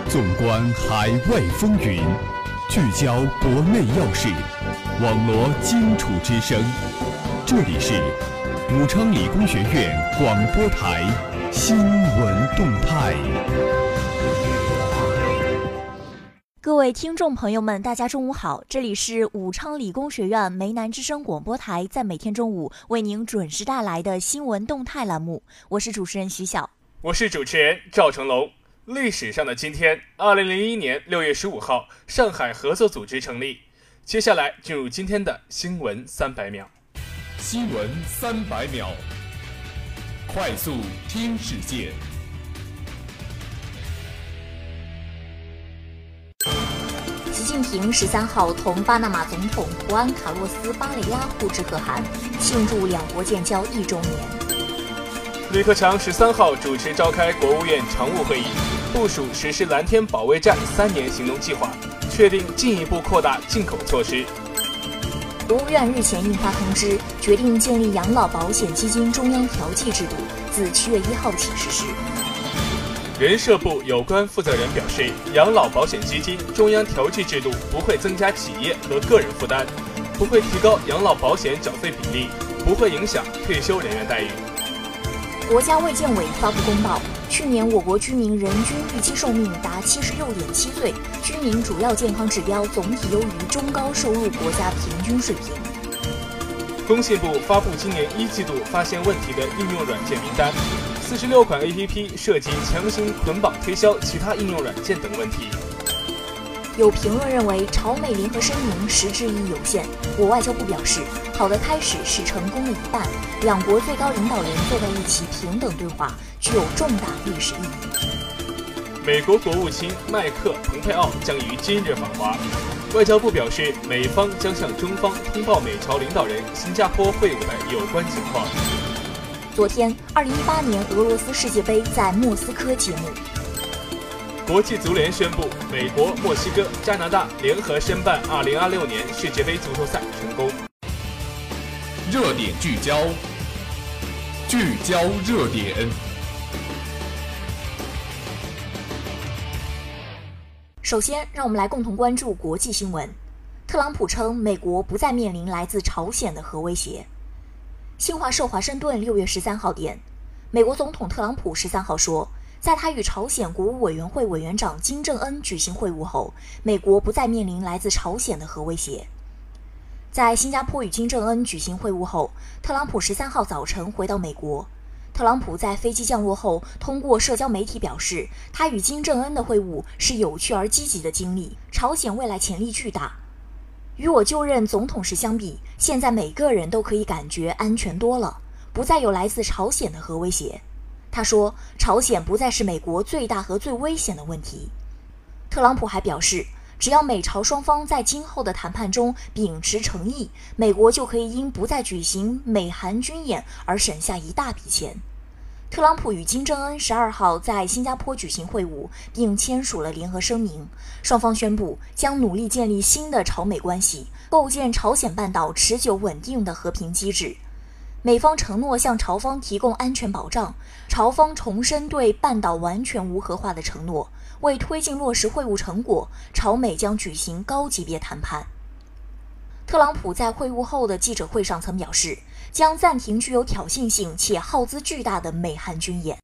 纵观海外风云，聚焦国内要事，网罗荆楚之声。这里是武昌理工学院广播台新闻动态。 各位听众朋友们，大家中午好，这里是武昌理工学院梅南之声广播台，在每天中午为您准时带来的新闻动态栏目，我是主持人徐晓， 我是主持人赵成龙。历史上的今天，2001年6月15号，上海合作组织成立。接下来进入今天的新闻300秒。 新闻300秒，快速听世界。 习近平13号同巴拿马总统胡安·卡洛斯·巴雷拉互致贺函，庆祝两国建交1周年。 李克强13号主持召开国务院常务会议，部署实施蓝天保卫战3年行动计划，确定进一步扩大进口措施。 国务院日前印发通知，决定建立养老保险基金中央调剂制度，自7月1号起实施。 人社部有关负责人表示，养老保险基金中央调剂制度不会增加企业和个人负担，不会提高养老保险缴费比例，不会影响退休人员待遇。 国家卫健委发布公报，去年我国居民人均预期寿命达76.7岁，居民主要健康指标总体优于中高收入国家平均水平。 工信部发布今年1季度发现问题的应用软件名单，46款 APP 涉及强行捆绑推销其他应用软件等问题。 有评论认为，朝美联合声明实质意义有限。我外交部表示，好的开始是成功的一半，两国最高领导人坐在一起平等对话，具有重大历史意义。 美国国务卿麦克·蓬佩奥将于今日访华。外交部表示，美方将向中方通报美朝领导人新加坡会晤的有关情况。 昨天，2018年俄罗斯世界杯在莫斯科揭幕。 国际足联宣布，美国、墨西哥、加拿大联合申办2026年世界杯足球赛成功。 热点聚焦，聚焦热点。 首先，让我们来共同关注国际新闻。特朗普称，美国不再面临来自朝鲜的核威胁。新华社华盛顿6月13号电，美国总统特朗普13号说，在他与朝鲜国务委员会委员长金正恩举行会晤后，美国不再面临来自朝鲜的核威胁。在新加坡与金正恩举行会晤后，特朗普13号早晨回到美国。特朗普在飞机降落后，通过社交媒体表示，他与金正恩的会晤是有趣而积极的经历，朝鲜未来潜力巨大。与我就任总统时相比，现在每个人都可以感觉安全多了，不再有来自朝鲜的核威胁。他说，朝鲜不再是美国最大和最危险的问题。特朗普还表示，只要美朝双方在今后的谈判中秉持诚意，美国就可以因不再举行美韩军演而省下一大笔钱。特朗普与金正恩12号在新加坡举行会晤，并签署了联合声明，双方宣布将努力建立新的朝美关系，构建朝鲜半岛持久稳定的和平机制。美方承诺向朝方提供安全保障，朝方重申对半岛完全无核化的承诺。为推进落实会晤成果，朝美将举行高级别谈判。特朗普在会晤后的记者会上曾表示，将暂停具有挑衅性且耗资巨大的美韩军演。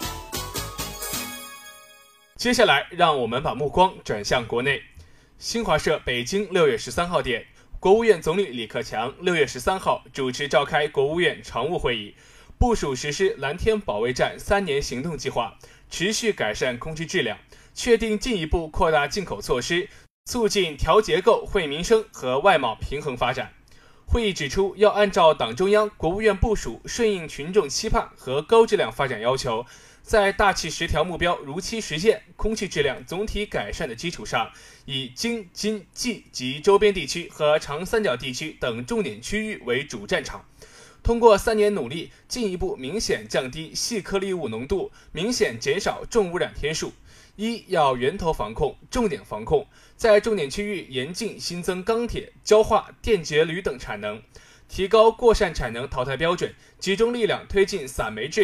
接下来，让我们把目光转向国内。新华社北京6月13号电，国务院总理李克强6月13号主持召开国务院常务会议，部署实施蓝天保卫战3年行动计划，持续改善空气质量，确定进一步扩大进口措施，促进调结构、惠民生和外贸平衡发展。会议指出，要按照党中央、国务院部署，顺应群众期盼和高质量发展要求，在大气10条目标如期实现、空气质量总体改善的基础上，以京津冀及周边地区和长三角地区等重点区域为主战场，通过3年努力，进一步明显降低细颗粒物浓度，明显减少重污染天数。要源头防控，重点防控，在重点区域严禁新增钢铁、焦化、电解铝等产能，提高过剩产能淘汰标准，集中力量推进散煤治理，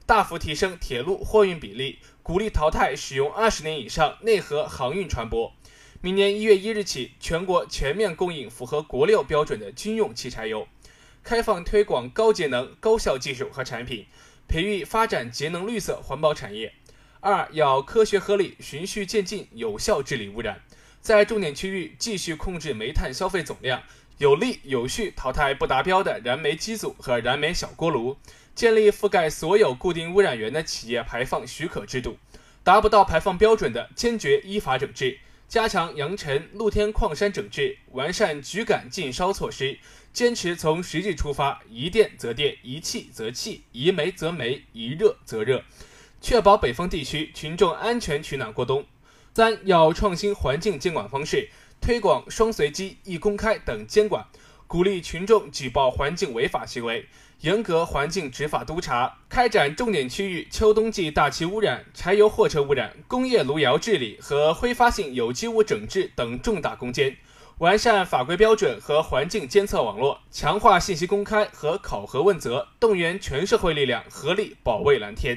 大幅提升铁路货运比例，鼓励淘汰使用20年以上内河航运船舶。明年1月1日起，全国全面供应符合国6标准的军用汽柴油。开放推广高节能、高效技术和产品，培育发展节能绿色环保产业。2要科学合理、循序渐进、有效治理污染，在重点区域继续控制煤炭消费总量，有力有序淘汰不达标的燃煤机组和燃煤小锅炉，建立覆盖所有固定污染源的企业排放许可制度，达不到排放标准的坚决依法整治，加强扬尘、露天矿山整治，完善局赶禁烧措施，坚持从实际出发，宜电则电，宜气则气，宜煤则煤，宜热则热，确保北方地区群众安全取暖过冬。3要创新环境监管方式，推广双随机、一公开等监管，鼓励群众举报环境违法行为，严格环境执法督查，开展重点区域秋冬季大气污染、柴油货车污染、工业炉窑治理和挥发性有机物整治等重大攻坚，完善法规标准和环境监测网络，强化信息公开和考核问责，动员全社会力量合力保卫蓝天。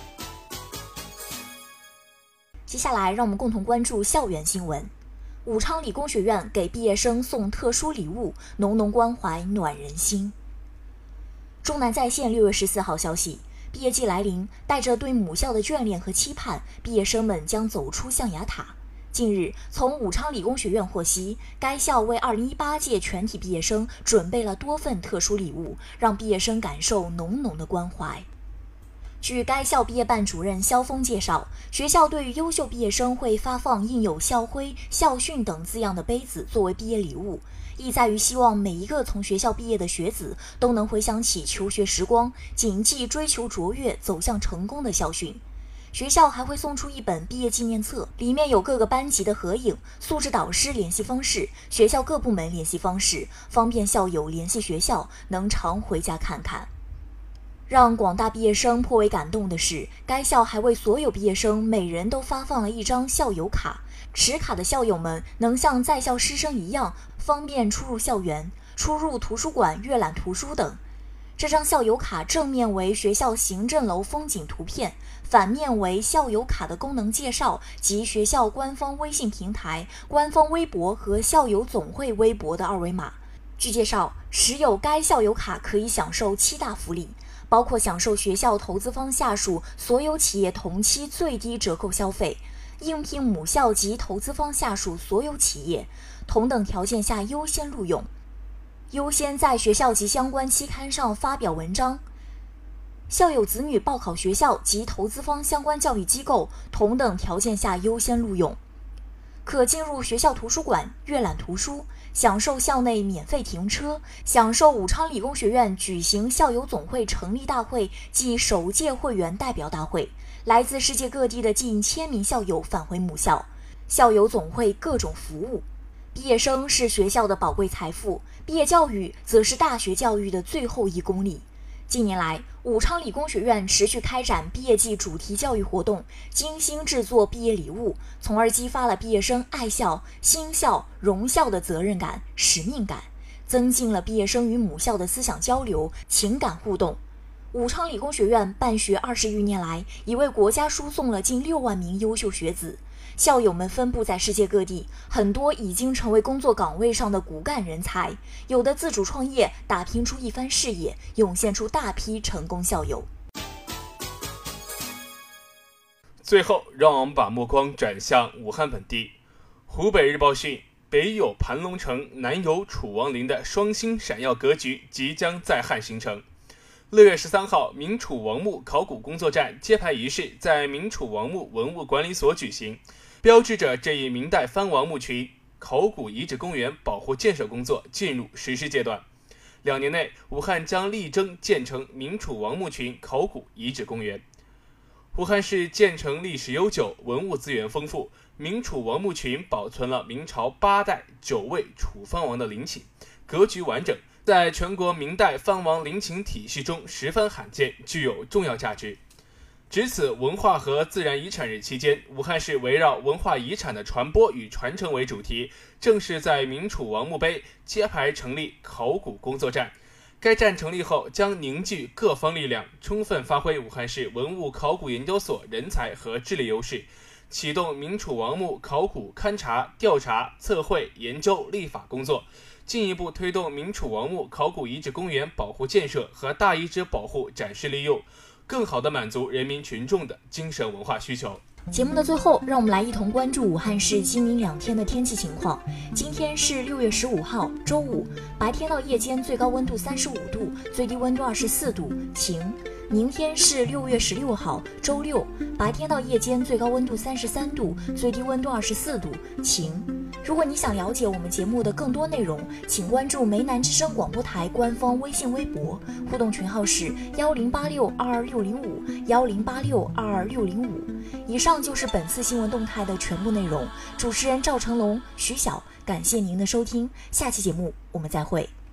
接下来，让我们共同关注校园新闻。武昌理工学院给毕业生送特殊礼物，浓浓关怀暖人心。中南在线6月14号消息，毕业季来临，带着对母校的眷恋和期盼，毕业生们将走出象牙塔。近日，从武昌理工学院获悉，该校为2018届全体毕业生准备了多份特殊礼物，让毕业生感受浓浓的关怀。据该校毕业办主任肖峰介绍，学校对于优秀毕业生会发放印有校徽、校训等字样的杯子作为毕业礼物，意在于希望每一个从学校毕业的学子都能回想起求学时光，谨记追求卓越、走向成功的校训。学校还会送出一本毕业纪念册，里面有各个班级的合影、素质导师联系方式、学校各部门联系方式，方便校友联系学校，能常回家看看。让广大毕业生颇为感动的是，该校还为所有毕业生每人都发放了一张校友卡，持卡的校友们能像在校师生一样，方便出入校园、出入图书馆阅览图书等。这张校友卡正面为学校行政楼风景图片，反面为校友卡的功能介绍及学校官方微信平台、官方微博和校友总会微博的二维码。据介绍，持有该校友卡可以享受7大福利，包括享受学校投资方下属所有企业同期最低折扣消费，应聘母校及投资方下属所有企业，同等条件下优先录用，优先在学校及相关期刊上发表文章。校友子女报考学校及投资方相关教育机构，同等条件下优先录用。可进入学校图书馆阅览图书，享受校内免费停车，享受武昌理工学院举行校友总会成立大会暨首届会员代表大会，来自世界各地的近1000名校友返回母校，校友总会各种服务。毕业生是学校的宝贵财富，毕业教育则是大学教育的最后1公里。近年来，武昌理工学院持续开展毕业季主题教育活动，精心制作毕业礼物，从而激发了毕业生爱校、心校、荣校的责任感、使命感，增进了毕业生与母校的思想交流、情感互动。武昌理工学院办学20余年来，已为国家输送了近6万名优秀学子。校友们分布在世界各地，很多已经成为工作岗位上的骨干人才，有的自主创业，打拼出一番事业，涌现出大批成功校友。 最后，让我们把目光转向武汉本地。湖北日报讯，北有盘龙城，南有楚王陵的双星闪耀格局即将在汉形成。6月13号，明楚王墓考古工作站揭牌仪式在明楚王墓文物管理所举行，标志着这一明代藩王墓群考古遗址公园保护建设工作进入实施阶段。2年内，武汉将力争建成明楚王墓群考古遗址公园。武汉市建成历史悠久，文物资源丰富，明楚王墓群保存了明朝8代9位楚藩王的陵寝，格局完整，在全国明代藩王陵寝体系中十分罕见，具有重要价值。值此文化和自然遗产日期间，武汉市围绕文化遗产的传播与传承为主题，正式在明楚王墓碑揭牌成立考古工作站。 该站成立后将凝聚各方力量，充分发挥武汉市文物考古研究所人才和智力优势，启动明楚王墓考古勘察、调查、测绘、研究、立法工作，进一步推动明楚王墓考古遗址公园保护建设和大遗址保护展示利用，更好地满足人民群众的精神文化需求。 节目的最后，让我们来一同关注武汉市今明2天的天气情况。今天是6月15号，周五，白天到夜间最高温度35度，最低温度24度，晴。明天是6月16号，周六，白天到夜间最高温度33度，最低温度24度，晴。如果你想了解我们节目的更多内容，请关注梅南之声广播台官方微信微博，互动群号是10862265，10862265。以上就是本次新闻动态的全部内容。主持人赵成龙、徐晓，感谢您的收听，下期节目我们再会。